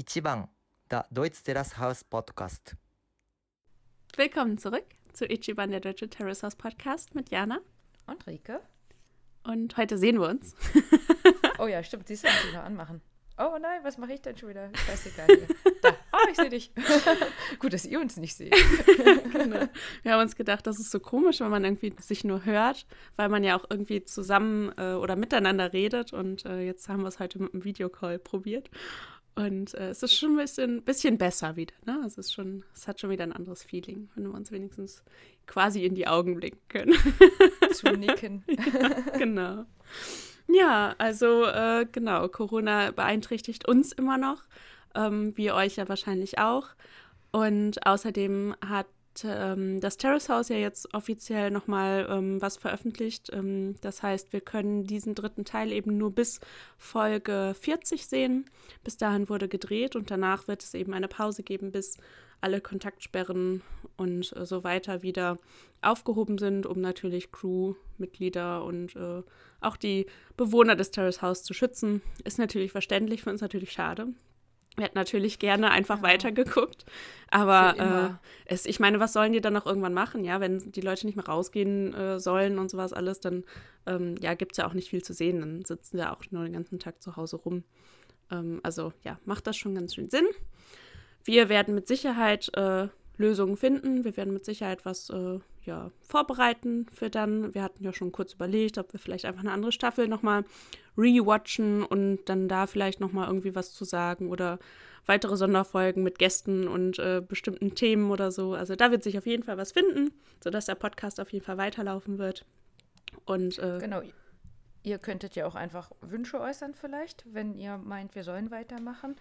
Ichiban, der Deutsche Terrace House Podcast. Willkommen zurück zu Ichiban, der Deutsche Terrace House Podcast mit Jana. Und Rike. Und heute sehen wir uns. Oh ja, stimmt, siehst du, muss ich noch anmachen. Oh nein, was mache ich denn schon wieder? Scheißegal hier. Da. Oh, ich sehe dich. Gut, dass ihr uns nicht seht. Genau. Wir haben uns gedacht, das ist so komisch, wenn man irgendwie sich nur hört, weil man ja auch irgendwie zusammen oder miteinander redet. Und jetzt haben wir es heute mit einem Videocall probiert. Und es ist schon ein bisschen besser wieder, ne? Es hat schon wieder ein anderes Feeling, wenn wir uns wenigstens quasi in die Augen blicken können. Zu nicken. Ja, genau. Ja, also genau, Corona beeinträchtigt uns immer noch, wie euch ja wahrscheinlich auch. Und außerdem hat das Terrace House ja jetzt offiziell nochmal was veröffentlicht. Das heißt, wir können diesen dritten Teil eben nur bis Folge 40 sehen. Bis dahin wurde gedreht und danach wird es eben eine Pause geben, bis alle Kontaktsperren und so weiter wieder aufgehoben sind, um natürlich Crewmitglieder und auch die Bewohner des Terrace House zu schützen. Ist natürlich verständlich, für uns natürlich schade. Wir hätten natürlich gerne einfach weitergeguckt, aber ich meine, was sollen die dann noch irgendwann machen, ja, wenn die Leute nicht mehr rausgehen sollen und sowas alles, dann gibt es ja auch nicht viel zu sehen, dann sitzen sie auch nur den ganzen Tag zu Hause rum. Also ja, macht das schon ganz schön Sinn. Wir werden mit Sicherheit Lösungen finden, wir werden mit Sicherheit was vorbereiten für dann. Wir hatten ja schon kurz überlegt, ob wir vielleicht einfach eine andere Staffel nochmal rewatchen und dann da vielleicht nochmal irgendwie was zu sagen oder weitere Sonderfolgen mit Gästen und bestimmten Themen oder so. Also da wird sich auf jeden Fall was finden, sodass der Podcast auf jeden Fall weiterlaufen wird. Und genau, ihr könntet ja auch einfach Wünsche äußern vielleicht, wenn ihr meint, wir sollen weitermachen.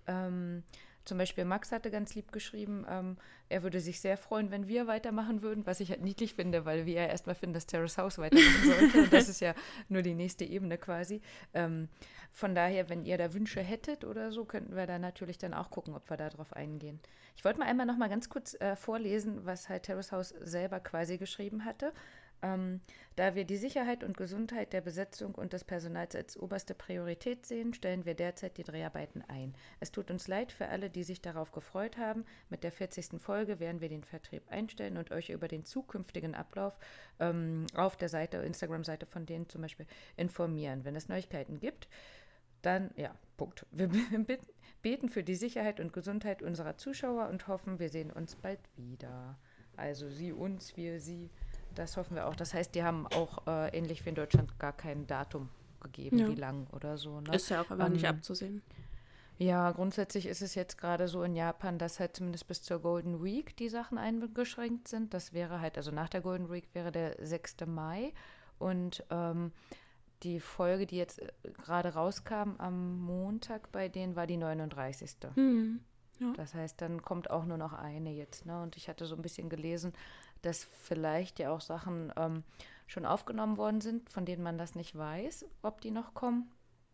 Zum Beispiel Max hatte ganz lieb geschrieben, er würde sich sehr freuen, wenn wir weitermachen würden, was ich halt niedlich finde, weil wir ja erstmal finden, dass Terrace House weitermachen sollte. Und das ist ja nur die nächste Ebene quasi. Von daher, wenn ihr da Wünsche hättet oder so, könnten wir da natürlich dann auch gucken, ob wir da drauf eingehen. Ich wollte mal einmal noch mal ganz kurz vorlesen, was halt Terrace House selber quasi geschrieben hatte. Da wir die Sicherheit und Gesundheit der Besetzung und des Personals als oberste Priorität sehen, stellen wir derzeit die Dreharbeiten ein. Es tut uns leid für alle, die sich darauf gefreut haben. Mit der 40. Folge werden wir den Vertrieb einstellen und euch über den zukünftigen Ablauf auf der Instagram-Seite von denen zum Beispiel informieren. Wenn es Neuigkeiten gibt, dann, ja, Punkt. Wir beten für die Sicherheit und Gesundheit unserer Zuschauer und hoffen, wir sehen uns bald wieder. Also sie uns, wir sie. Das hoffen wir auch. Das heißt, die haben auch ähnlich wie in Deutschland gar kein Datum gegeben, wie lang oder so. Ne? Ist ja auch aber nicht abzusehen. Ja, grundsätzlich ist es jetzt gerade so in Japan, dass halt zumindest bis zur Golden Week die Sachen eingeschränkt sind. Das wäre halt, also nach der Golden Week wäre der 6. Mai. Und die Folge, die jetzt gerade rauskam am Montag bei denen, war die 39. Mhm. Ja. Das heißt, dann kommt auch nur noch eine jetzt. Ne? Und ich hatte so ein bisschen gelesen, dass vielleicht ja auch Sachen schon aufgenommen worden sind, von denen man das nicht weiß, ob die noch kommen.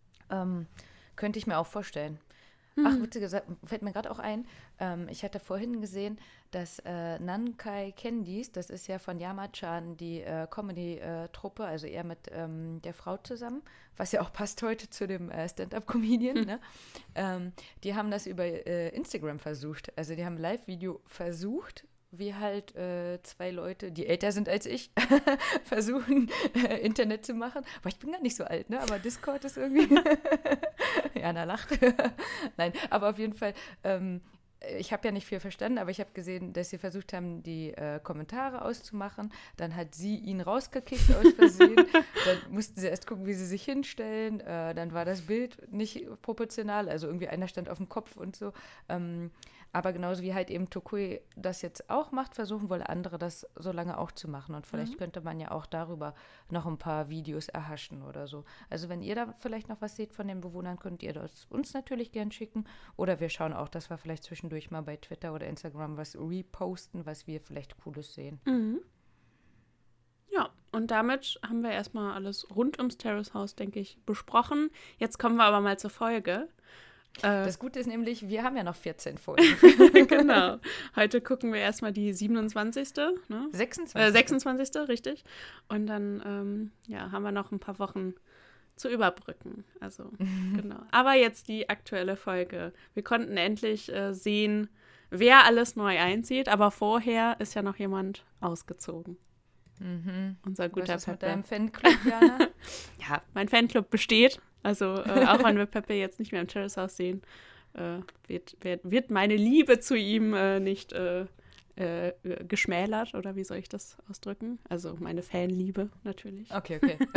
Könnte ich mir auch vorstellen. Ach, witzig gesagt, fällt mir gerade auch ein, ich hatte vorhin gesehen, dass Nankai Candies, das ist ja von Yama-chan die Comedy-Truppe, also er mit der Frau zusammen, was ja auch passt heute zu dem Stand-Up-Comedian, ne? Die haben das über Instagram versucht. Also die haben ein Live-Video versucht, wie halt zwei Leute, die älter sind als ich, versuchen, Internet zu machen. Aber ich bin gar nicht so alt, ne? Aber Discord ist irgendwie... Jana lacht. Nein, aber auf jeden Fall, ich habe ja nicht viel verstanden, aber ich habe gesehen, dass sie versucht haben, die Kommentare auszumachen. Dann hat sie ihn rausgekickt aus Versehen. Dann mussten sie erst gucken, wie sie sich hinstellen. Dann war das Bild nicht proportional, also irgendwie einer stand auf dem Kopf und so. Aber genauso wie halt eben Tokui das jetzt auch macht, versuchen wohl andere das so lange auch zu machen. Und vielleicht könnte man ja auch darüber noch ein paar Videos erhaschen oder so. Also wenn ihr da vielleicht noch was seht von den Bewohnern, könnt ihr das uns natürlich gern schicken. Oder wir schauen auch, dass wir vielleicht zwischendurch mal bei Twitter oder Instagram was reposten, was wir vielleicht Cooles sehen. Mhm. Ja, und damit haben wir erstmal alles rund ums Terrace House, denke ich, besprochen. Jetzt kommen wir aber mal zur Folge. Das Gute ist nämlich, wir haben ja noch 14 Folgen. Genau. Heute gucken wir erstmal die 27. Ne? 26. 26. Richtig. Und dann haben wir noch ein paar Wochen zu überbrücken. Also, genau. Aber jetzt die aktuelle Folge. Wir konnten endlich sehen, wer alles neu einzieht, aber vorher ist ja noch jemand ausgezogen. Unser guter Was ist mit Peppe. deinem Fanclub, Jana? Ja, mein Fanclub besteht. Also, auch wenn wir Peppe jetzt nicht mehr im Terrace House sehen, wird meine Liebe zu ihm nicht geschmälert, oder wie soll ich das ausdrücken? Also meine Fanliebe natürlich. Okay.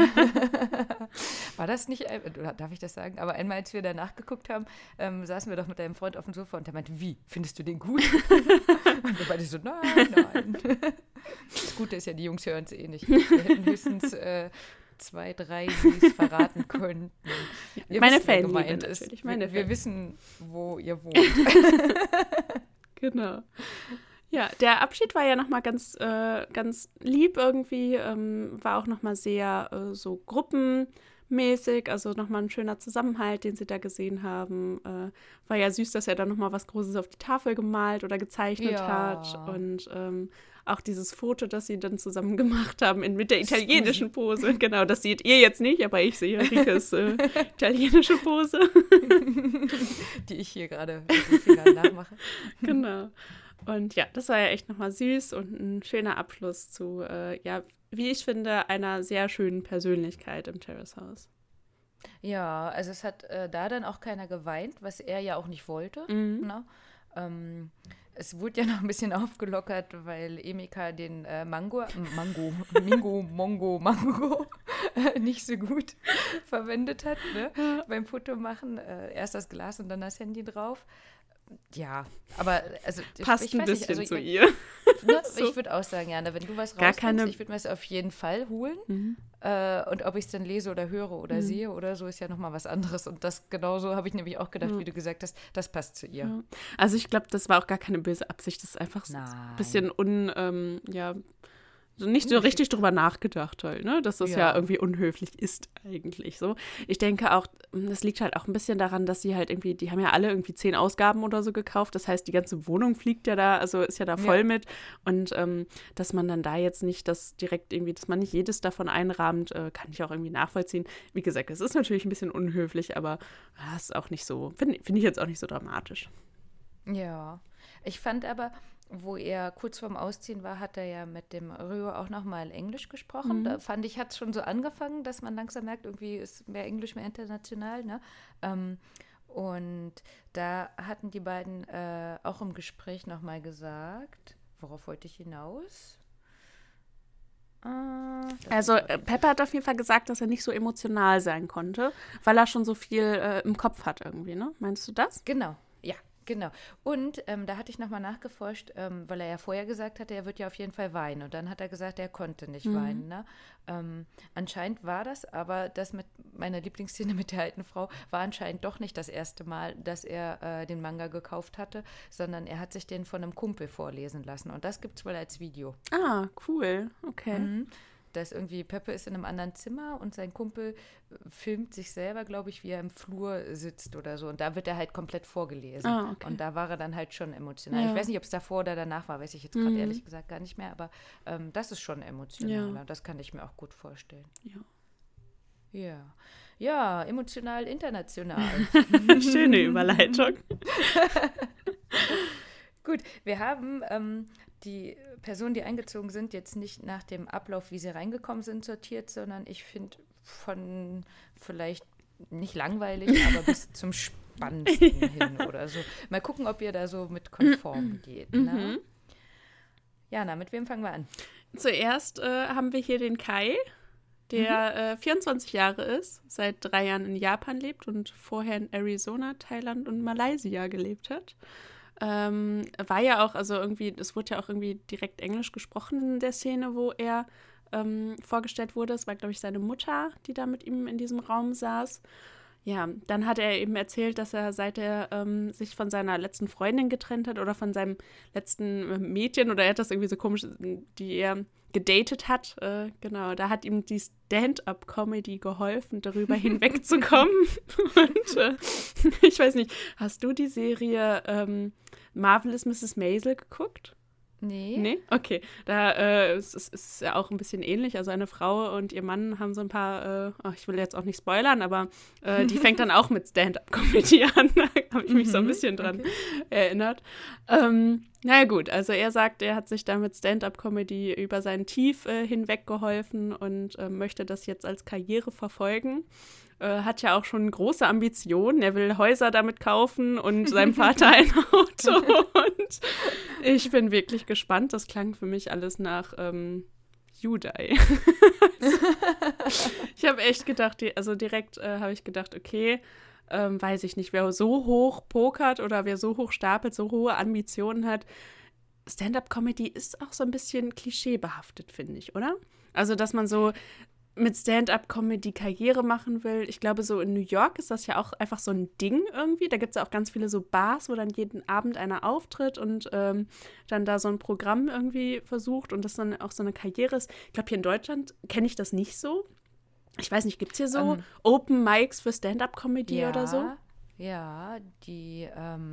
War das nicht, darf ich das sagen? Aber einmal, als wir danach geguckt haben, saßen wir doch mit deinem Freund auf dem Sofa und der meinte, wie, findest du den gut? Und wir beide so, nein. Das Gute ist ja, die Jungs hören es eh nicht. Wir hätten höchstens 2, 3, die es verraten könnten. Ja, meine Fanliebe natürlich. Wir wissen, wo ihr wohnt. Genau. Ja, der Abschied war ja nochmal ganz lieb irgendwie, war auch nochmal sehr so gruppenmäßig, also nochmal ein schöner Zusammenhalt, den sie da gesehen haben. War ja süß, dass er dann nochmal was Großes auf die Tafel gemalt oder gezeichnet hat und auch dieses Foto, das sie dann zusammen gemacht haben mit der italienischen Pose. Genau, das seht ihr jetzt nicht, aber ich sehe Rikes italienische Pose. Die ich hier gerade mit den Fingern nachmache. Genau. Und ja, das war ja echt nochmal süß und ein schöner Abschluss zu, wie ich finde, einer sehr schönen Persönlichkeit im Terrace House. Ja, also es hat da dann auch keiner geweint, was er ja auch nicht wollte. Ne? Es wurde ja noch ein bisschen aufgelockert, weil Emika den Mango nicht so gut verwendet hat, ne? Beim Fotomachen. Erst das Glas und dann das Handy drauf. Ja, aber also passt ich ein weiß bisschen nicht, also zu ihr. Ne, So. Ich würde auch sagen, Jana, wenn du was Gar rausfindest, ich würde mir es auf jeden Fall holen. Und ob ich es dann lese oder höre oder sehe oder so, ist ja nochmal was anderes. Und das genauso habe ich nämlich auch gedacht, wie du gesagt hast, das passt zu ihr. Ja. Also ich glaube, das war auch gar keine böse Absicht. Das ist einfach so ein Nein. bisschen so nicht so richtig drüber nachgedacht halt, ne? Dass das ja irgendwie unhöflich ist eigentlich so. Ich denke auch, das liegt halt auch ein bisschen daran, dass sie halt irgendwie, die haben ja alle irgendwie 10 Ausgaben oder so gekauft. Das heißt, die ganze Wohnung fliegt ja da, also ist ja da voll mit. Und dass man dann da jetzt nicht das direkt irgendwie, dass man nicht jedes davon einrahmt, kann ich auch irgendwie nachvollziehen. Wie gesagt, es ist natürlich ein bisschen unhöflich, aber ist auch nicht so, finde ich jetzt auch nicht so dramatisch. Ja, ich fand aber, wo er kurz vorm Ausziehen war, hat er ja mit dem Rio auch nochmal Englisch gesprochen. Da fand ich, hat es schon so angefangen, dass man langsam merkt, irgendwie ist mehr Englisch, mehr international, ne? Und da hatten die beiden auch im Gespräch nochmal gesagt, worauf wollte ich hinaus? Also Pepper hat auf jeden Fall gesagt, dass er nicht so emotional sein konnte, weil er schon so viel im Kopf hat irgendwie, ne? Meinst du das? Genau, ja. Genau. Und da hatte ich nochmal nachgeforscht, weil er ja vorher gesagt hatte, er wird ja auf jeden Fall weinen. Und dann hat er gesagt, er konnte nicht weinen. Ne? Anscheinend war das, aber das mit meiner Lieblingsszene mit der alten Frau war anscheinend doch nicht das erste Mal, dass er den Manga gekauft hatte, sondern er hat sich den von einem Kumpel vorlesen lassen. Und das gibt es wohl als Video. Ah, cool. Okay. dass irgendwie Peppe ist in einem anderen Zimmer und sein Kumpel filmt sich selber, glaube ich, wie er im Flur sitzt oder so. Und da wird er halt komplett vorgelesen. Ah, okay. Und da war er dann halt schon emotional. Ja. Ich weiß nicht, ob es davor oder danach war, weiß ich jetzt gerade ehrlich gesagt gar nicht mehr. Aber das ist schon emotional. Ja. Das kann ich mir auch gut vorstellen. Ja. Ja. Ja, emotional, international. Schöne Überleitung. Gut, wir haben die Personen, die eingezogen sind, jetzt nicht nach dem Ablauf, wie sie reingekommen sind, sortiert, sondern ich finde von vielleicht nicht langweilig, aber bis zum Spannendsten hin oder so. Mal gucken, ob ihr da so mit konform geht. Ne? Jana, mit wem fangen wir an? Zuerst haben wir hier den Kai, der 24 Jahre ist, seit 3 Jahren in Japan lebt und vorher in Arizona, Thailand und Malaysia gelebt hat. War ja auch, also irgendwie, es wurde ja auch irgendwie direkt Englisch gesprochen in der Szene, wo er vorgestellt wurde. Es war, glaube ich, seine Mutter, die da mit ihm in diesem Raum saß. Ja, dann hat er eben erzählt, dass er, seit er sich von seiner letzten Freundin getrennt hat oder von seinem letzten Mädchen, oder er hat das irgendwie so komisch, die er gedatet hat, genau, da hat ihm die Stand-up-Comedy geholfen, darüber hinwegzukommen. Und ich weiß nicht, hast du die Serie Marvelous Mrs. Maisel geguckt? Nee. Nee? Okay. Da es ist ja auch ein bisschen ähnlich. Also eine Frau und ihr Mann haben so ein paar, ich will jetzt auch nicht spoilern, aber die fängt dann auch mit Stand-up-Comedy an. Da habe ich mich so ein bisschen dran erinnert. Naja gut, also er sagt, er hat sich da mit Stand-up-Comedy über sein Tief hinweg geholfen und möchte das jetzt als Karriere verfolgen. Hat ja auch schon große Ambitionen. Er will Häuser damit kaufen und seinem Vater ein Auto. Und ich bin wirklich gespannt. Das klang für mich alles nach Judai. Ich habe echt gedacht, direkt habe ich gedacht, okay, weiß ich nicht, wer so hoch pokert oder wer so hoch stapelt, so hohe Ambitionen hat. Stand-up-Comedy ist auch so ein bisschen klischeebehaftet, finde ich, oder? Also, dass man so mit Stand-up-Comedy Karriere machen will. Ich glaube, so in New York ist das ja auch einfach so ein Ding irgendwie. Da gibt es ja auch ganz viele so Bars, wo dann jeden Abend einer auftritt und dann da so ein Programm irgendwie versucht und das dann auch so eine Karriere ist. Ich glaube, hier in Deutschland kenne ich das nicht so. Ich weiß nicht, gibt es hier so Open Mics für Stand-up-Comedy oder so? Ja, die,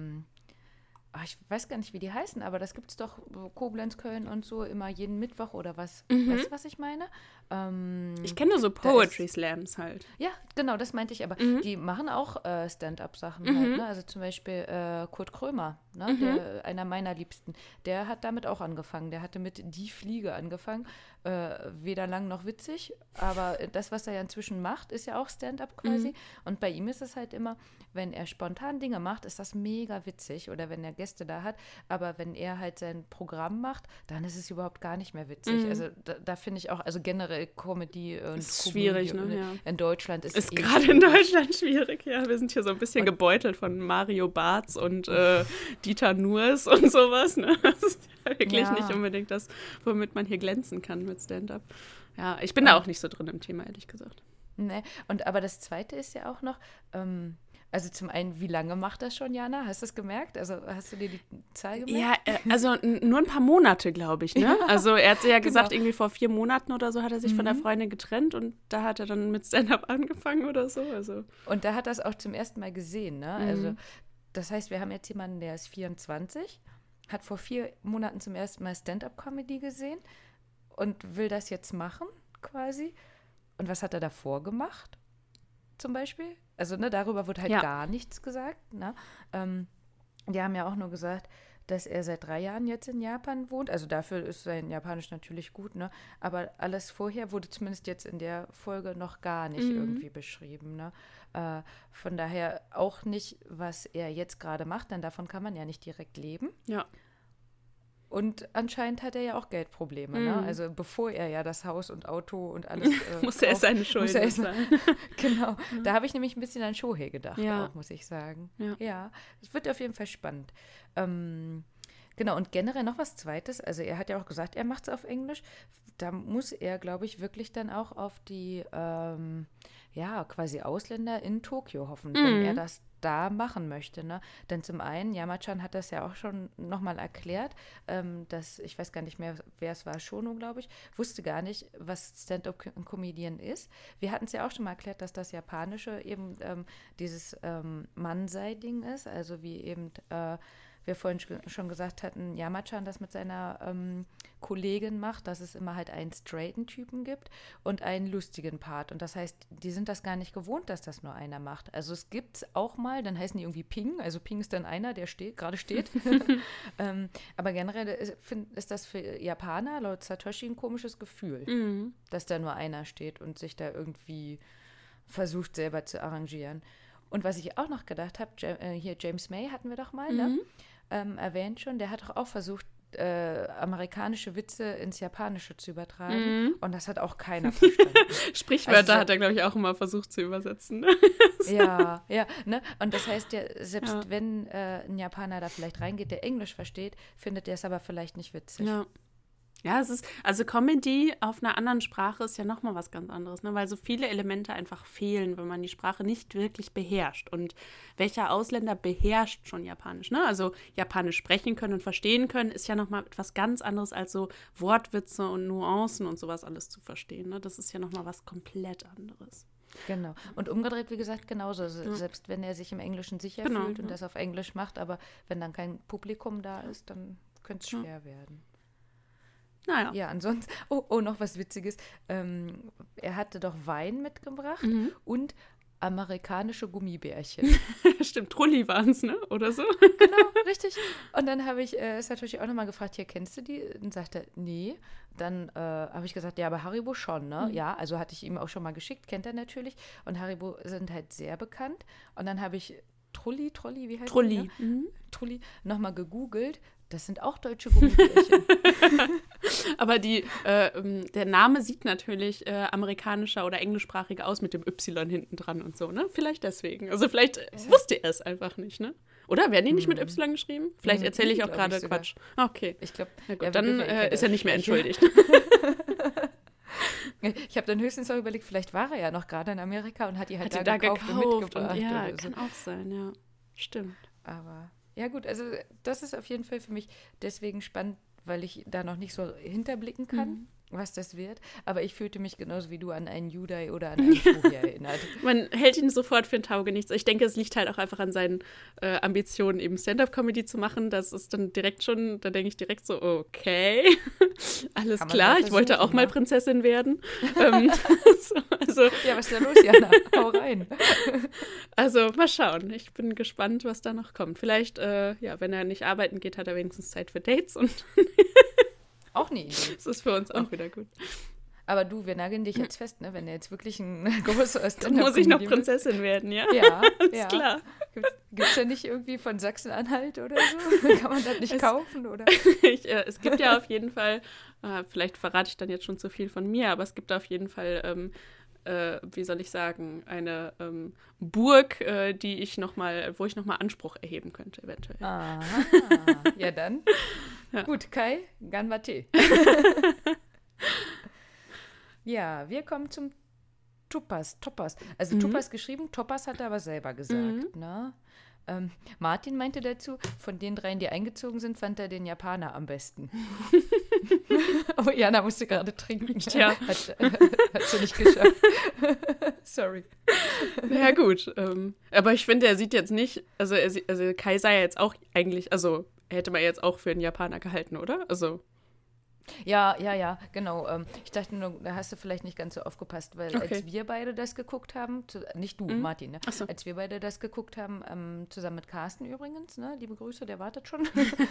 ich weiß gar nicht, wie die heißen, aber das gibt es doch, Koblenz, Köln und so, immer jeden Mittwoch oder was. Weißt du, was ich meine? Ich kenne nur so Poetry Slams halt. Ja, genau, das meinte ich, aber die machen auch Stand-up-Sachen halt, ne? Also zum Beispiel Kurt Krömer, ne? Einer meiner Liebsten, der hat damit auch angefangen. Der hatte mit Die Fliege angefangen. Weder lang noch witzig, aber das, was er ja inzwischen macht, ist ja auch Stand-up quasi. Und bei ihm ist es halt immer, wenn er spontan Dinge macht, ist das mega witzig oder wenn er Gäste da hat, aber wenn er halt sein Programm macht, dann ist es überhaupt gar nicht mehr witzig. Also da finde ich auch, also generell Comedy und ist schwierig, ne? Ja. In Deutschland ist gerade in Deutschland schwierig, ja. Wir sind hier so ein bisschen gebeutelt von Mario Barth und Dieter Nuhr und sowas, ne? Das ist ja wirklich nicht unbedingt das, womit man hier glänzen kann mit Stand-up. Ja, ich bin da auch nicht so drin im Thema, ehrlich gesagt. Ne, aber das Zweite ist ja auch noch, also zum einen, wie lange macht das schon, Jana? Hast du das gemerkt? Also hast du dir die Zahl gemerkt? Ja, also nur ein paar Monate, glaube ich, ne? Also er hat ja gesagt, irgendwie vor 4 Monaten oder so hat er sich von der Freundin getrennt und da hat er dann mit Stand-up angefangen oder so. Also. Und da hat er es auch zum ersten Mal gesehen, ne? Also das heißt, wir haben jetzt jemanden, der ist 24, hat vor 4 Monaten zum ersten Mal Stand-up-Comedy gesehen und will das jetzt machen, quasi. Und was hat er davor gemacht, zum Beispiel? Also, ne, darüber wird halt gar nichts gesagt. Ne? Die haben ja auch nur gesagt, dass er seit 3 Jahren jetzt in Japan wohnt. Also dafür ist sein Japanisch natürlich gut, ne? Aber alles vorher wurde zumindest jetzt in der Folge noch gar nicht irgendwie beschrieben. Ne? Von daher auch nicht, was er jetzt gerade macht, denn davon kann man ja nicht direkt leben. Ja. Und anscheinend hat er ja auch Geldprobleme. Ne? Also bevor er ja das Haus und Auto und alles muss er seine Schulden zahlen. Genau. Da habe ich nämlich ein bisschen an Shohei gedacht, auch, muss ich sagen. Ja, es wird auf jeden Fall spannend. Genau, und generell noch was Zweites. Also er hat ja auch gesagt, er macht es auf Englisch. Da muss er, glaube ich, wirklich dann auch auf die quasi Ausländer in Tokio hoffen, wenn er das da machen möchte, ne? Denn zum einen, Yama-chan hat das ja auch schon nochmal erklärt, dass, ich weiß gar nicht mehr, wer es war, Shono, glaube ich, wusste gar nicht, was Stand-up-Comedian ist. Wir hatten es ja auch schon mal erklärt, dass das Japanische eben dieses Mansei-Ding ist, also wie eben wir vorhin schon gesagt hatten, Yama-chan das mit seiner Kollegin macht, dass es immer halt einen straighten Typen gibt und einen lustigen Part. Und das heißt, die sind das gar nicht gewohnt, dass das nur einer macht. Also es gibt es auch mal, dann heißen die irgendwie Ping. Also Ping ist dann einer, der gerade steht. Aber generell ist das für Japaner laut Satoshi ein komisches Gefühl, dass da nur einer steht und sich da irgendwie versucht, selber zu arrangieren. Und was ich auch noch gedacht habe, hier James May hatten wir doch mal, ne? Erwähnt schon, der hat doch auch versucht, amerikanische Witze ins Japanische zu übertragen. Und das hat auch keiner verstanden. Sprichwörter also, hat er, glaube ich, auch immer versucht zu übersetzen. Ja, ne? Und das heißt ja, selbst wenn ein Japaner da vielleicht reingeht, der Englisch versteht, findet er es aber vielleicht nicht witzig. Ja, es ist, also Comedy auf einer anderen Sprache ist ja nochmal was ganz anderes, ne? Weil so viele Elemente einfach fehlen, wenn man die Sprache nicht wirklich beherrscht. Und welcher Ausländer beherrscht schon Japanisch, ne? Also Japanisch sprechen können und verstehen können, ist ja nochmal etwas ganz anderes als so Wortwitze und Nuancen und sowas alles zu verstehen, ne? Das ist ja nochmal was komplett anderes. Genau. Und umgedreht, wie gesagt, genauso. Selbst wenn er sich im Englischen sicher fühlt und das auf Englisch macht, aber wenn dann kein Publikum da ist, dann könnte es schwer werden. Naja. Ja, ansonsten, noch was Witziges. Er hatte doch Wein mitgebracht und amerikanische Gummibärchen. Stimmt, Trulli waren es, ne? Oder so? Genau, richtig. Und dann habe ich es natürlich auch nochmal gefragt, hier, kennst du die? Und sagte er, nee. Dann habe ich gesagt, ja, aber Haribo schon, ne? Ja, also hatte ich ihm auch schon mal geschickt, kennt er natürlich. Und Haribo sind halt sehr bekannt. Und dann habe ich Trulli, wie heißt Trulli. die? Ne? Trulli, nochmal gegoogelt. Das sind auch deutsche Gummibärchen. Aber der Name sieht natürlich amerikanischer oder englischsprachiger aus mit dem Y hinten dran und so, ne? Vielleicht deswegen. Also vielleicht wusste er es einfach nicht, ne? Oder? Werden die nicht mit Y geschrieben? Vielleicht erzähle ich auch gerade Quatsch. Okay. Ich glaube, dann ist er nicht mehr entschuldigt. Ich habe dann höchstens auch überlegt, vielleicht war er ja noch gerade in Amerika und hat die halt da gekauft und mitgebracht. Ja, oder so. kann auch sein, ja. Stimmt. Aber ja gut, also das ist auf jeden Fall für mich deswegen spannend, weil ich da noch nicht so hinterblicken kann, was das wird. Aber ich fühlte mich genauso wie du an einen Judai oder an einen Schuhi erinnert. Man hält ihn sofort für ein Taugenichts. Ich denke, es liegt halt auch einfach an seinen Ambitionen, eben Stand-up-Comedy zu machen. Das ist dann direkt schon, da denke ich direkt so, okay, alles klar, ich wollte auch mal Prinzessin werden. Ja, was ist da los, Jana? Hau rein. Also mal schauen. Ich bin gespannt, was da noch kommt. Vielleicht, wenn er nicht arbeiten geht, hat er wenigstens Zeit für Dates und auch eine Idee. Das ist für uns auch wieder gut. Aber du, wir nageln dich jetzt fest, ne? Wenn er jetzt wirklich ein großer Dann muss ich noch Prinzessin werden, ja? Ja, alles klar. Gibt es ja nicht irgendwie von Sachsen-Anhalt oder so? Kann man das nicht kaufen, oder? Es gibt ja auf jeden Fall, vielleicht verrate ich dann jetzt schon zu viel von mir, aber es gibt auf jeden Fall, wie soll ich sagen, eine Burg, wo ich nochmal Anspruch erheben könnte, eventuell. Aha, ja dann. Ja. Gut, Kai, Ganmate. Ja, wir kommen zum Topas. Also Topas geschrieben, Topas hat er aber selber gesagt, ne? Martin meinte dazu, von den dreien, die eingezogen sind, fand er den Japaner am besten. Aber Jana musste gerade trinken. Ja. Hat sie nicht geschafft. Sorry. Ja gut, aber ich finde, er sieht jetzt nicht, also Kai sei ja jetzt auch eigentlich, also hätte man jetzt auch für einen Japaner gehalten, oder? Also Ja, genau. Ich dachte nur, da hast du vielleicht nicht ganz so aufgepasst, weil Okay. als wir beide das geguckt haben, nicht du, Martin, ne? Ach so. Als wir beide das geguckt haben, zusammen mit Carsten übrigens, ne? Liebe Grüße, der wartet schon,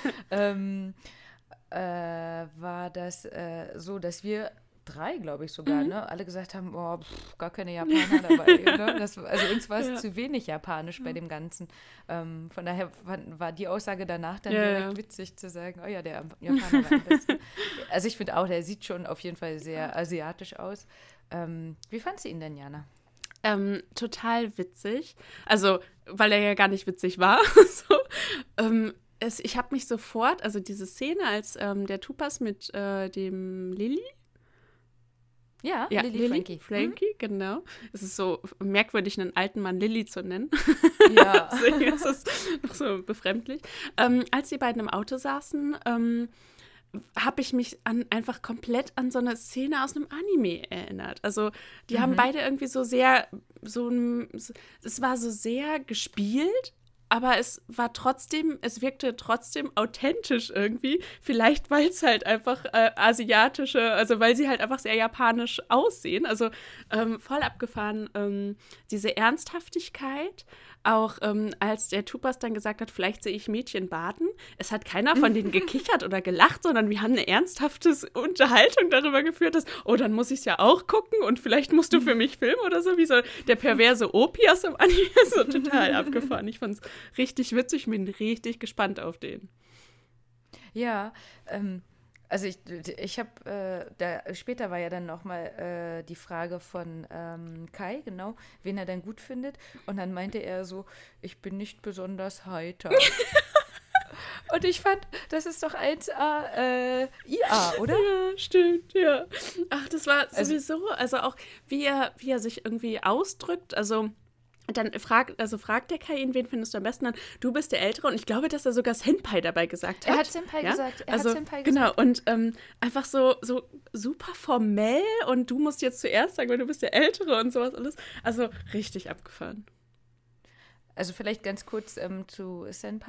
war das so, dass wir drei, glaube ich sogar, ne? Alle gesagt haben, gar keine Japaner dabei. Ne? Also uns war es zu wenig japanisch bei dem Ganzen. Von daher war die Aussage danach dann direkt witzig zu sagen, oh ja, der Japaner war am besten. Also ich finde auch, der sieht schon auf jeden Fall sehr asiatisch aus. Wie fandst du ihn denn, Jana? Total witzig. Also, weil er ja gar nicht witzig war. So. Ich habe mich sofort, also diese Szene, als der Tupas mit dem Lilly, Ja, Lilly Frankie, genau. Es ist so merkwürdig, einen alten Mann Lilly zu nennen. Ja. Deswegen ist es noch so befremdlich. Als die beiden im Auto saßen, habe ich mich einfach komplett an so eine Szene aus einem Anime erinnert. Also die haben beide irgendwie es war so sehr gespielt, aber es wirkte trotzdem authentisch irgendwie. Vielleicht, weil es halt einfach also weil sie halt einfach sehr japanisch aussehen. Also voll abgefahren. Diese Ernsthaftigkeit, auch als der Tupas dann gesagt hat, vielleicht sehe ich Mädchen baden. Es hat keiner von denen gekichert oder gelacht, sondern wir haben eine ernsthafte Unterhaltung darüber geführt, dass, dann muss ich es ja auch gucken und vielleicht musst du für mich filmen oder so, wie so der perverse Opi aus dem Anime. So total abgefahren. Ich fand es richtig witzig, bin richtig gespannt auf den. Ja, also ich habe, später war ja dann nochmal die Frage von Kai, genau, wen er dann gut findet. Und dann meinte er so, ich bin nicht besonders heiter. Und ich fand, das ist doch 1A IA, oder? Ja, stimmt, ja. Ach, das war sowieso, also auch wie er sich irgendwie ausdrückt, also dann fragt der Kai ihn, wen findest du am besten an? Du bist der Ältere und ich glaube, dass er sogar Senpai dabei gesagt hat. Er hat Senpai gesagt. Genau, und einfach so super formell und du musst jetzt zuerst sagen, weil du bist der Ältere und sowas alles. Also richtig abgefahren. Also vielleicht ganz kurz zu Senpai.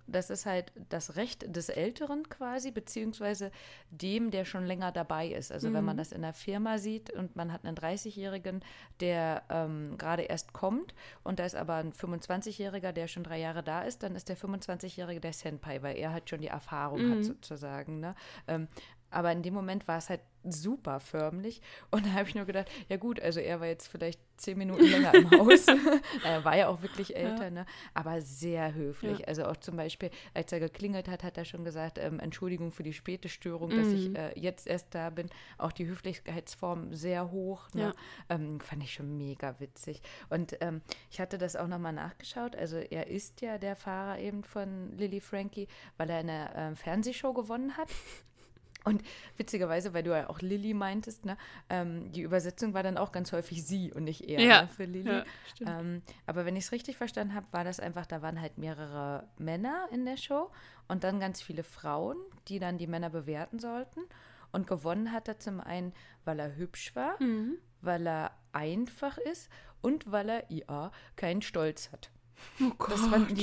das ist halt das Recht des Älteren quasi, beziehungsweise dem, der schon länger dabei ist. Also wenn man das in der Firma sieht und man hat einen 30-Jährigen, der gerade erst kommt und da ist aber ein 25-Jähriger, der schon 3 Jahre da ist, dann ist der 25-Jährige der Senpai, weil er halt schon die Erfahrung hat sozusagen. Ne? Aber in dem Moment war es halt super förmlich. Und da habe ich nur gedacht, ja gut, also er war jetzt vielleicht 10 Minuten länger im Haus. Er war ja auch wirklich älter, ne? Aber sehr höflich. Ja. Also auch zum Beispiel, als er geklingelt hat, hat er schon gesagt, Entschuldigung für die späte Störung, dass ich jetzt erst da bin. Auch die Höflichkeitsform sehr hoch. Ne? Ja. Fand ich schon mega witzig. Und ich hatte das auch nochmal nachgeschaut. Also er ist ja der Fahrer eben von Lily Frankie, weil er eine Fernsehshow gewonnen hat. Und witzigerweise, weil du ja auch Lilly meintest, ne, die Übersetzung war dann auch ganz häufig sie und nicht er, ne, für Lilly. Ja, aber wenn ich es richtig verstanden habe, war das einfach, da waren halt mehrere Männer in der Show und dann ganz viele Frauen, die dann die Männer bewerten sollten. Und gewonnen hat er zum einen, weil er hübsch war, weil er einfach ist und weil er, keinen Stolz hat. Oh Gott.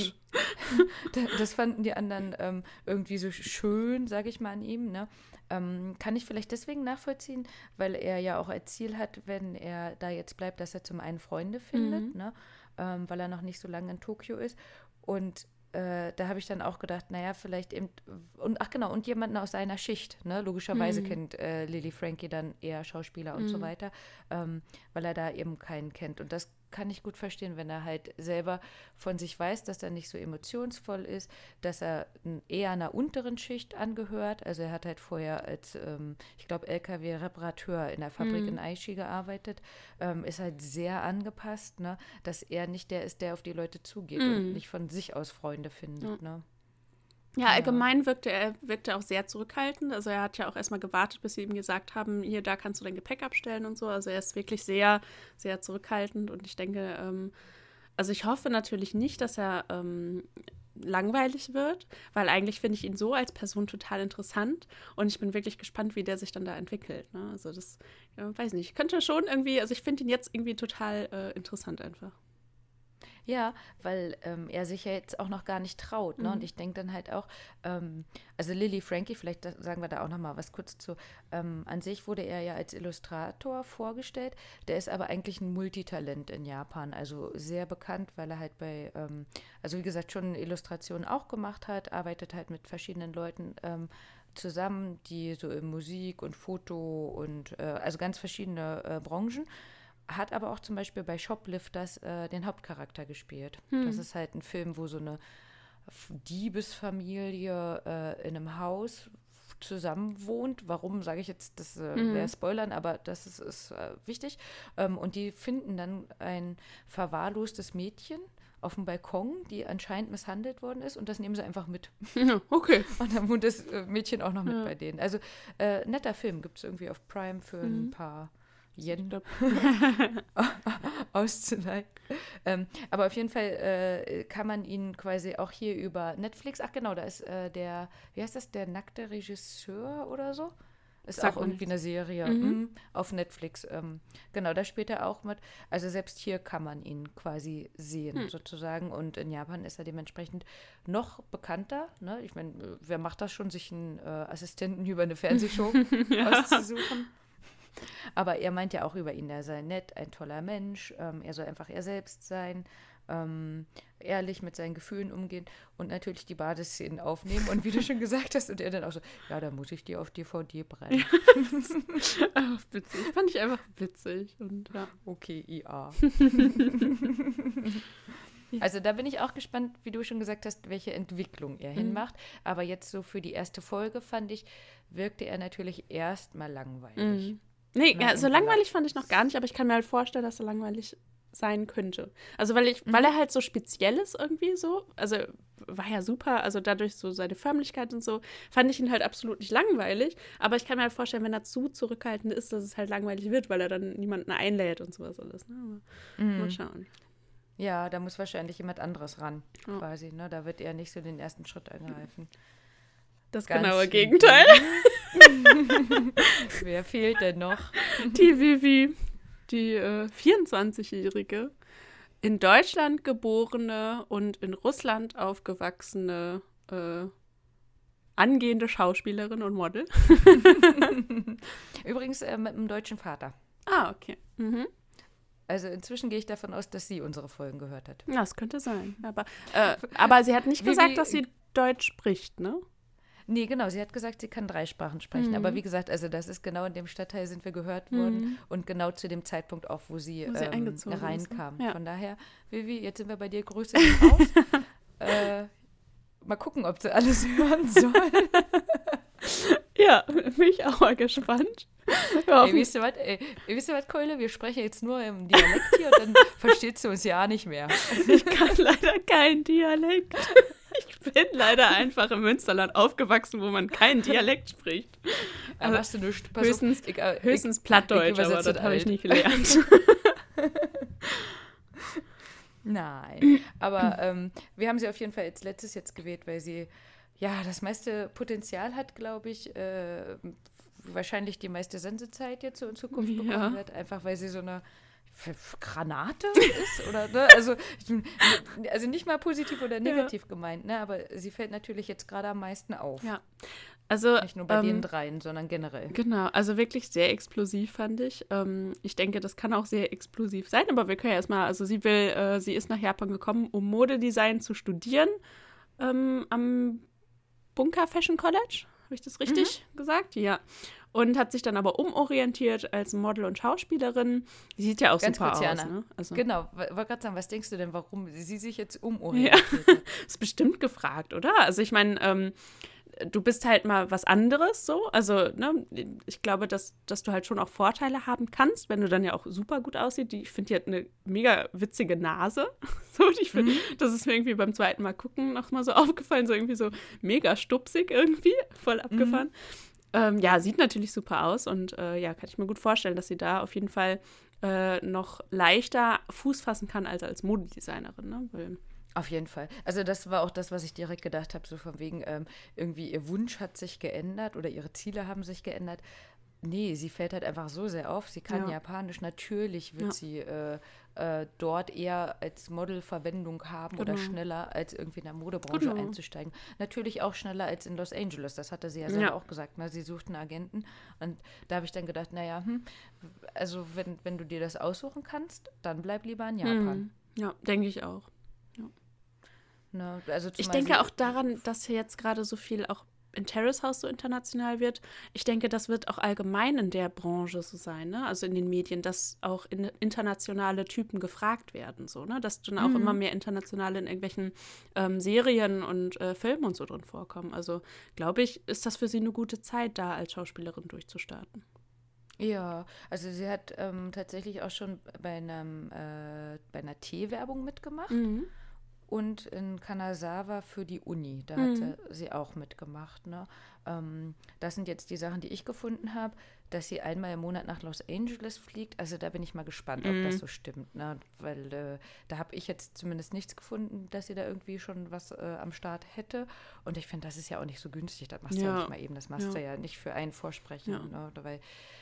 Das fanden die anderen irgendwie so schön, sage ich mal, an ihm. Ne? Kann ich vielleicht deswegen nachvollziehen, weil er ja auch als Ziel hat, wenn er da jetzt bleibt, dass er zum einen Freunde findet, ne? Weil er noch nicht so lange in Tokio ist. Und da habe ich dann auch gedacht, naja, vielleicht eben, und jemanden aus seiner Schicht, ne? Logischerweise kennt Lily Frankie dann eher Schauspieler und so weiter, weil er da eben keinen kennt. Und das kann ich gut verstehen, wenn er halt selber von sich weiß, dass er nicht so emotionsvoll ist, dass er eher einer unteren Schicht angehört. Also er hat halt vorher als, ich glaube, LKW-Reparateur in der Fabrik in Aichi gearbeitet, ist halt sehr angepasst, ne? Dass er nicht der ist, der auf die Leute zugeht und nicht von sich aus Freunde findet. Ne? Ja, allgemein wirkte auch sehr zurückhaltend. Also er hat ja auch erstmal gewartet, bis sie ihm gesagt haben, hier, da kannst du dein Gepäck abstellen und so. Also er ist wirklich sehr, sehr zurückhaltend. Und ich denke, also ich hoffe natürlich nicht, dass er langweilig wird, weil eigentlich finde ich ihn so als Person total interessant. Und ich bin wirklich gespannt, wie der sich dann da entwickelt. Ne? Also das, weiß nicht, könnte schon irgendwie, also ich finde ihn jetzt irgendwie total interessant einfach. Ja, weil er sich ja jetzt auch noch gar nicht traut. Ne? Und ich denke dann halt auch, also Lily Frankie, vielleicht sagen wir da auch noch mal was kurz zu, an sich wurde er ja als Illustrator vorgestellt, der ist aber eigentlich ein Multitalent in Japan, also sehr bekannt, weil er halt bei, also wie gesagt, schon Illustrationen auch gemacht hat, arbeitet halt mit verschiedenen Leuten zusammen, die so in Musik und Foto und also ganz verschiedene Branchen. Hat aber auch zum Beispiel bei Shoplifters den Hauptcharakter gespielt. Das ist halt ein Film, wo so eine Diebesfamilie in einem Haus zusammen wohnt. Warum, sage ich jetzt, das wäre Spoilern, aber das ist wichtig. Und die finden dann ein verwahrlostes Mädchen auf dem Balkon, die anscheinend misshandelt worden ist und das nehmen sie einfach mit. Ja, okay. Und dann wohnt das Mädchen auch noch mit bei denen. Also netter Film, gibt es irgendwie auf Prime für ein paar Yen auszuleihen. Aber auf jeden Fall kann man ihn quasi auch hier über Netflix, ach genau, da ist wie heißt das, der nackte Regisseur oder so? Ist auch irgendwie eine Serie auf Netflix. Genau, da spielt er auch mit. Also selbst hier kann man ihn quasi sehen, sozusagen. Und in Japan ist er dementsprechend noch bekannter. Ne? Ich meine, wer macht das schon, sich einen Assistenten über eine Fernsehshow auszusuchen? Aber er meint ja auch über ihn, er sei nett, ein toller Mensch, er soll einfach er selbst sein, ehrlich mit seinen Gefühlen umgehen und natürlich die Badeszenen aufnehmen. Und wie du schon gesagt hast, und er dann auch so, ja, da muss ich die auf DVD brennen. Ach, witzig. Fand ich einfach witzig. Und, ja. Okay, ja. Also da bin ich auch gespannt, wie du schon gesagt hast, welche Entwicklung er hinmacht. Aber jetzt so für die erste Folge, fand ich, wirkte er natürlich erstmal langweilig. Nee, ja, so langweilig fand ich noch gar nicht, aber ich kann mir halt vorstellen, dass er langweilig sein könnte. Also weil er halt so speziell ist irgendwie so, also war ja super, also dadurch so seine Förmlichkeit und so, fand ich ihn halt absolut nicht langweilig, aber ich kann mir halt vorstellen, wenn er zu zurückhaltend ist, dass es halt langweilig wird, weil er dann niemanden einlädt und sowas alles. Ne? Mal schauen. Ja, da muss wahrscheinlich jemand anderes ran, quasi. Ne? Da wird er nicht so den ersten Schritt ergreifen. Das genaue Gegenteil. Wer fehlt denn noch? Die Vivi, die 24-jährige, in Deutschland geborene und in Russland aufgewachsene angehende Schauspielerin und Model. Übrigens mit einem deutschen Vater. Ah, okay. Mhm. Also inzwischen gehe ich davon aus, dass sie unsere Folgen gehört hat. Ja, das könnte sein. Aber sie hat nicht gesagt, dass sie Deutsch spricht, ne? Nee, genau. Sie hat gesagt, sie kann 3 Sprachen sprechen. Aber wie gesagt, also das ist genau in dem Stadtteil sind wir gehört worden und genau zu dem Zeitpunkt auch, wo sie reinkam. Ja. Von daher, Vivi, jetzt sind wir bei dir, Grüße gehen raus. Mal gucken, ob sie alles hören soll. Ja, bin ich auch mal gespannt. Ey, wisst ihr was, Keule? Wir sprechen jetzt nur im Dialekt hier und dann versteht sie uns ja nicht mehr. Ich kann leider keinen Dialekt. Ich bin leider einfach im Münsterland aufgewachsen, wo man keinen Dialekt spricht. Also, hast du nicht, höchstens Plattdeutsch, aber das habe ich nie gelernt. Nein, aber wir haben sie auf jeden Fall als letztes jetzt gewählt, weil sie ja das meiste Potenzial hat, glaube ich, wahrscheinlich die meiste Sendezeit jetzt so in Zukunft bekommen wird, einfach weil sie so eine Granate ist oder ne? Also nicht mal positiv oder negativ gemeint, ne? Aber sie fällt natürlich jetzt gerade am meisten auf. Ja. Also, nicht nur bei den dreien, sondern generell. Genau, also wirklich sehr explosiv, fand ich. Ich denke, das kann auch sehr explosiv sein, aber wir können ja erstmal, also sie ist nach Japan gekommen, um Modedesign zu studieren am Bunker Fashion College. Habe ich das richtig gesagt? Ja. Und hat sich dann aber umorientiert als Model und Schauspielerin. Die sieht ja auch ganz super kurz, aus. Jana. Ne? Also. Genau, wollte gerade sagen, was denkst du denn, warum sie sich jetzt umorientiert hat? Ist bestimmt gefragt, oder? Also ich meine, du bist halt mal was anderes so. Also, ne, ich glaube, dass du halt schon auch Vorteile haben kannst, wenn du dann ja auch super gut aussiehst. Ich finde, die hat eine mega witzige Nase. So, das ist mir irgendwie beim zweiten Mal gucken nochmal so aufgefallen. So irgendwie so mega stupsig irgendwie. Voll abgefahren. Ja, sieht natürlich super aus und ja, kann ich mir gut vorstellen, dass sie da auf jeden Fall noch leichter Fuß fassen kann als Modedesignerin, ne? Weil auf jeden Fall. Also das war auch das, was ich direkt gedacht habe, so von wegen, irgendwie ihr Wunsch hat sich geändert oder ihre Ziele haben sich geändert. Nee, sie fällt halt einfach so sehr auf. Sie kann Japanisch. Natürlich wird sie dort eher als Model Verwendung haben oder schneller als irgendwie in der Modebranche einzusteigen. Natürlich auch schneller als in Los Angeles. Das hatte sie ja selber auch gesagt. Ne? Sie sucht einen Agenten. Und da habe ich dann gedacht, naja, also wenn du dir das aussuchen kannst, dann bleib lieber in Japan. Ja, denke ich auch. Ja. Ne, also ich denke auch daran, dass hier jetzt gerade so viel auch in Terrace House so international wird. Ich denke, das wird auch allgemein in der Branche so sein, ne? Also in den Medien, dass auch internationale Typen gefragt werden, so, ne? Dass dann auch immer mehr internationale in irgendwelchen Serien und Filmen und so drin vorkommen. Also glaube ich, ist das für sie eine gute Zeit, da als Schauspielerin durchzustarten. Ja, also sie hat tatsächlich auch schon bei einer Teewerbung mitgemacht. Und in Kanazawa für die Uni, da hat sie auch mitgemacht. Ne? Das sind jetzt die Sachen, die ich gefunden habe, dass sie einmal im Monat nach Los Angeles fliegt. Also da bin ich mal gespannt, ob das so stimmt. Ne? Weil da habe ich jetzt zumindest nichts gefunden, dass sie da irgendwie schon was am Start hätte. Und ich finde, das ist ja auch nicht so günstig. Das machst du ja nicht mal eben. Das machst du ja nicht für ein Vorsprechen. Ne? Weil,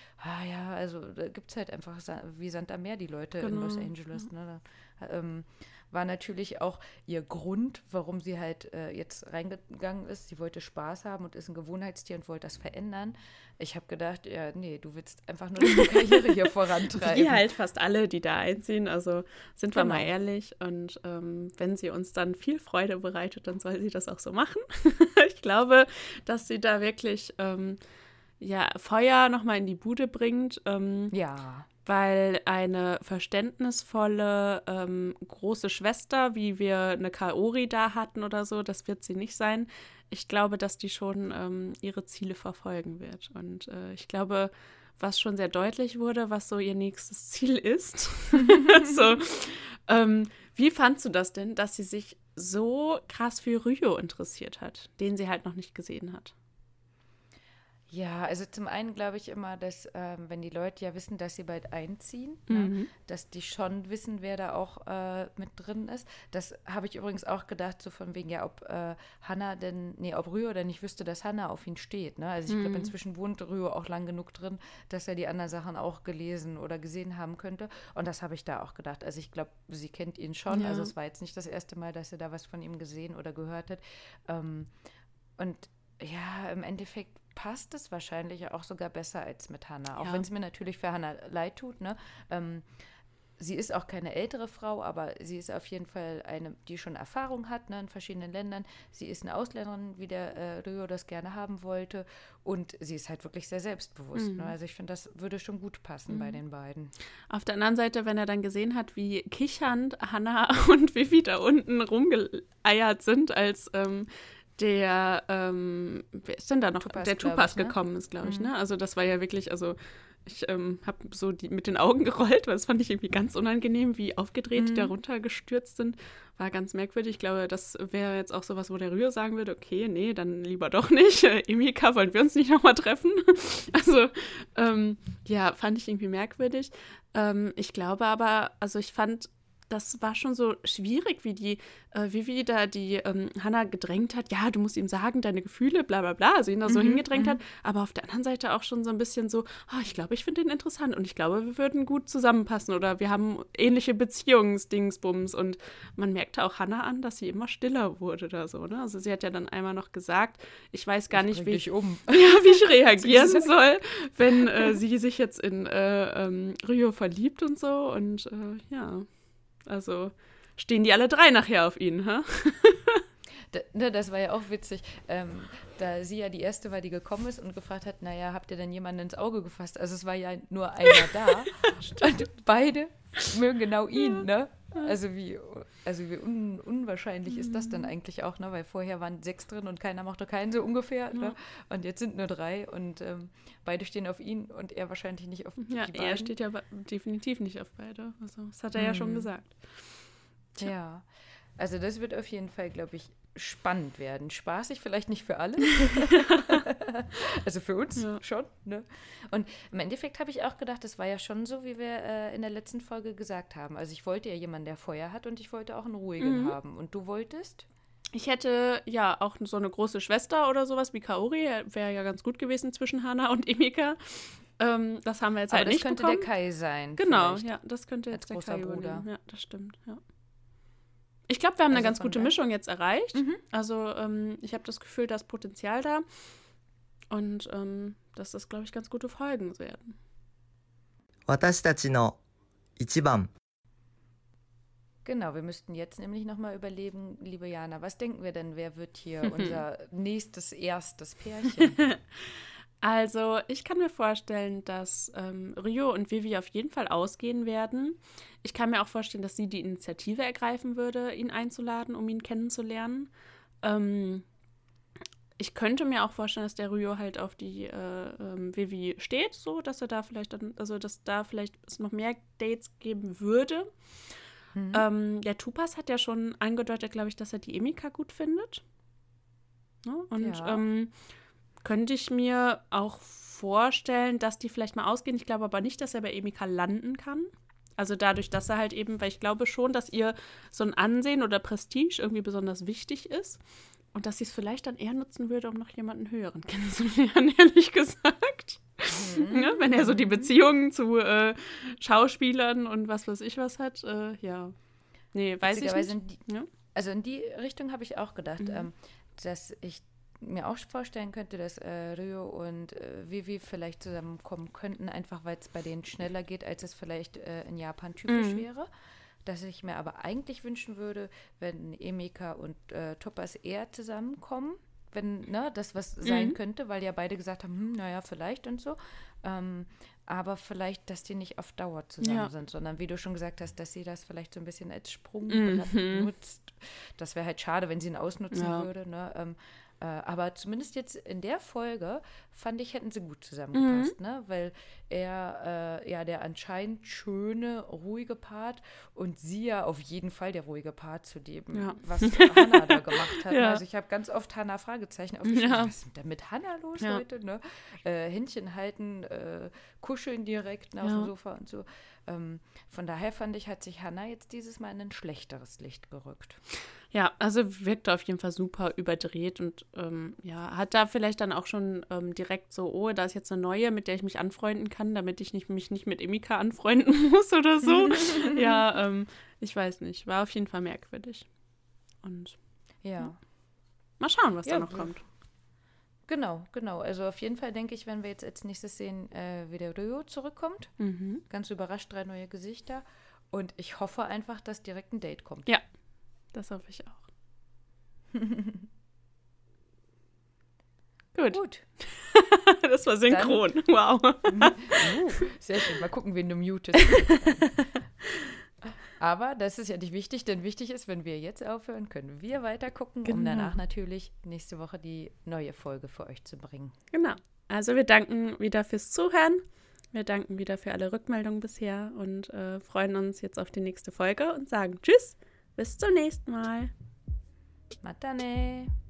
also da gibt es halt einfach wie Sand am Meer die Leute in Los Angeles. Ne? War natürlich auch ihr Grund, warum sie halt jetzt reingegangen ist. Sie wollte Spaß haben und ist ein Gewohnheitstier und wollte das verändern. Ich habe gedacht, ja, nee, du willst einfach nur deine Karriere hier vorantreiben. Wie halt fast alle, die da einziehen. Also sind wir mal ehrlich. Und wenn sie uns dann viel Freude bereitet, dann soll sie das auch so machen. Ich glaube, dass sie da wirklich Feuer nochmal in die Bude bringt. Weil eine verständnisvolle große Schwester, wie wir eine Kaori da hatten oder so, das wird sie nicht sein. Ich glaube, dass die schon ihre Ziele verfolgen wird. Und ich glaube, was schon sehr deutlich wurde, was so ihr nächstes Ziel ist. Wie fandst du das denn, dass sie sich so krass für Ryo interessiert hat, den sie halt noch nicht gesehen hat? Ja, also zum einen glaube ich immer, dass wenn die Leute ja wissen, dass sie bald einziehen, ne, dass die schon wissen, wer da auch mit drin ist. Das habe ich übrigens auch gedacht, so von wegen, ja, ob ob Ryo denn nicht wüsste, dass Hannah auf ihn steht. Ne? Also ich glaube, inzwischen wohnt Ryo auch lang genug drin, dass er die anderen Sachen auch gelesen oder gesehen haben könnte. Und das habe ich da auch gedacht. Also ich glaube, sie kennt ihn schon. Ja. Also es war jetzt nicht das erste Mal, dass sie da was von ihm gesehen oder gehört hat. Und ja, im Endeffekt passt es wahrscheinlich auch sogar besser als mit Hannah. Auch Ja. wenn es mir natürlich für Hannah leid tut. Ne? Sie ist auch keine ältere Frau, aber sie ist auf jeden Fall eine, die schon Erfahrung hat, ne, in verschiedenen Ländern. Sie ist eine Ausländerin, wie der Ryo das gerne haben wollte. Und sie ist halt wirklich sehr selbstbewusst. Ne? Also ich finde, das würde schon gut passen bei den beiden. Auf der anderen Seite, wenn er dann gesehen hat, wie kichernd Hannah und Vivi da unten rumgeeiert sind, als wer ist denn da noch? Topaz, der glaub Topaz ich, ne? gekommen ist, glaube ich, ne? Also das war ja wirklich, also ich habe so mit den Augen gerollt, weil das fand ich irgendwie ganz unangenehm, wie aufgedreht die da runtergestürzt sind. War ganz merkwürdig. Ich glaube, das wäre jetzt auch sowas, wo der Ryo sagen würde, okay, nee, dann lieber doch nicht. Emika, wollen wir uns nicht nochmal treffen? Also, ja, fand ich irgendwie merkwürdig. Ich glaube aber, also ich fand, das war schon so schwierig, wie Vivi da die Hannah gedrängt hat. Ja, du musst ihm sagen, deine Gefühle, bla bla bla. Also ihn da so hingedrängt hat. Aber auf der anderen Seite auch schon so ein bisschen so, ich glaube, ich finde ihn interessant und ich glaube, wir würden gut zusammenpassen oder wir haben ähnliche Beziehungsdingsbums. Und man merkte auch Hannah an, dass sie immer stiller wurde da so. Ne? Also sie hat ja dann einmal noch gesagt, ich weiß gar nicht, wie ich reagieren soll, wenn sie sich jetzt in Ryo verliebt und so. Und ja. Also stehen die alle drei nachher auf ihn, hä? Das war ja auch witzig, da sie ja die erste war, die gekommen ist und gefragt hat, naja, habt ihr denn jemanden ins Auge gefasst? Also es war ja nur einer da und beide mögen genau ihn, ne? Also wie unwahrscheinlich ist das dann eigentlich auch, ne? Weil vorher waren 6 drin und keiner mochte keinen so ungefähr, ne? Und jetzt sind nur 3 und beide stehen auf ihn und er wahrscheinlich nicht auf die beiden. Er steht ja definitiv nicht auf beide. Also das hat er ja schon gesagt. Tja. Ja, also das wird auf jeden Fall, glaube ich, spannend werden. Spaßig vielleicht nicht für alle. Also für uns schon. Ne? Und im Endeffekt habe ich auch gedacht, das war ja schon so, wie wir in der letzten Folge gesagt haben. Also ich wollte ja jemanden, der Feuer hat und ich wollte auch einen ruhigen haben. Und du wolltest? Ich hätte ja auch so eine große Schwester oder sowas wie Kaori. Wäre ja ganz gut gewesen zwischen Hannah und Emika. Das haben wir jetzt halt nicht bekommen. Das könnte der Kai sein. Genau, ja, das könnte jetzt der Kai übernehmen. Ja, das stimmt, ja. Ich glaube, wir haben eine ganz gute Mischung jetzt erreicht. Also ich habe das Gefühl, da ist Potenzial da. Und dass das, glaube ich, ganz gute Folgen werden. 私たちの一番 Genau, wir müssten jetzt nämlich nochmal überlegen, liebe Jana, was denken wir denn, wer wird hier unser erstes Pärchen? Also, ich kann mir vorstellen, dass Ryo und Vivi auf jeden Fall ausgehen werden. Ich kann mir auch vorstellen, dass sie die Initiative ergreifen würde, ihn einzuladen, um ihn kennenzulernen. Ich könnte mir auch vorstellen, dass der Ryo halt auf die Vivi steht, so, dass er da vielleicht dann, also dass da vielleicht es noch mehr Dates geben würde. Der Topaz hat ja schon angedeutet, glaube ich, dass er die Emika gut findet. Ja, und könnte ich mir auch vorstellen, dass die vielleicht mal ausgehen. Ich glaube aber nicht, dass er bei Emika landen kann. Also dadurch, dass er halt eben, weil ich glaube schon, dass ihr so ein Ansehen oder Prestige irgendwie besonders wichtig ist. Und dass sie es vielleicht dann eher nutzen würde, um noch jemanden Höheren kennenzulernen, ehrlich gesagt. Ja, wenn er so die Beziehungen zu Schauspielern und was weiß ich was hat, ja. Nee, weiß ich nicht. Also in die Richtung habe ich auch gedacht, dass ich mir auch vorstellen könnte, dass Ryo und Vivi vielleicht zusammenkommen könnten, einfach weil es bei denen schneller geht, als es vielleicht in Japan typisch wäre. Dass ich mir aber eigentlich wünschen würde, wenn Emika und Topaz eher zusammenkommen, wenn das was sein könnte, weil ja beide gesagt haben, naja, vielleicht und so. Aber vielleicht, dass die nicht auf Dauer zusammen sind, sondern wie du schon gesagt hast, dass sie das vielleicht so ein bisschen als Sprungbrett nutzt. Das wäre halt schade, wenn sie ihn ausnutzen würde. Ne? Aber zumindest jetzt in der Folge fand ich, hätten sie gut zusammengepasst, ne? Weil er der anscheinend schöne, ruhige Part und sie ja auf jeden Fall der ruhige Part zu dem, was Hannah da gemacht hat. Ja. Also ich habe ganz oft Hannah Fragezeichen aufgeschrieben. Ja. Was ist denn mit Hannah los Ja. heute? Ne? Händchen halten, kuscheln direkt auf dem Sofa und so. Von daher fand ich, hat sich Hannah jetzt dieses Mal in ein schlechteres Licht gerückt. Ja, also wirkt auf jeden Fall super überdreht und hat da vielleicht dann auch schon direkt so, oh, da ist jetzt eine neue, mit der ich mich anfreunden kann, damit ich mich nicht mit Emika anfreunden muss oder so. Ja, ich weiß nicht. War auf jeden Fall merkwürdig. Und mal schauen, was da noch kommt. Genau. Also auf jeden Fall denke ich, wenn wir jetzt als nächstes sehen, wie der Rio zurückkommt. Ganz überrascht, 3 neue Gesichter. Und ich hoffe einfach, dass direkt ein Date kommt. Ja, das hoffe ich auch. Gut. Das war synchron. Wow. Sehr schön. Mal gucken, wen du mutest. Aber das ist ja nicht wichtig, denn wichtig ist, wenn wir jetzt aufhören, können wir weiter gucken, um danach natürlich nächste Woche die neue Folge für euch zu bringen. Genau. Also wir danken wieder fürs Zuhören. Wir danken wieder für alle Rückmeldungen bisher und freuen uns jetzt auf die nächste Folge und sagen Tschüss, bis zum nächsten Mal. Matane.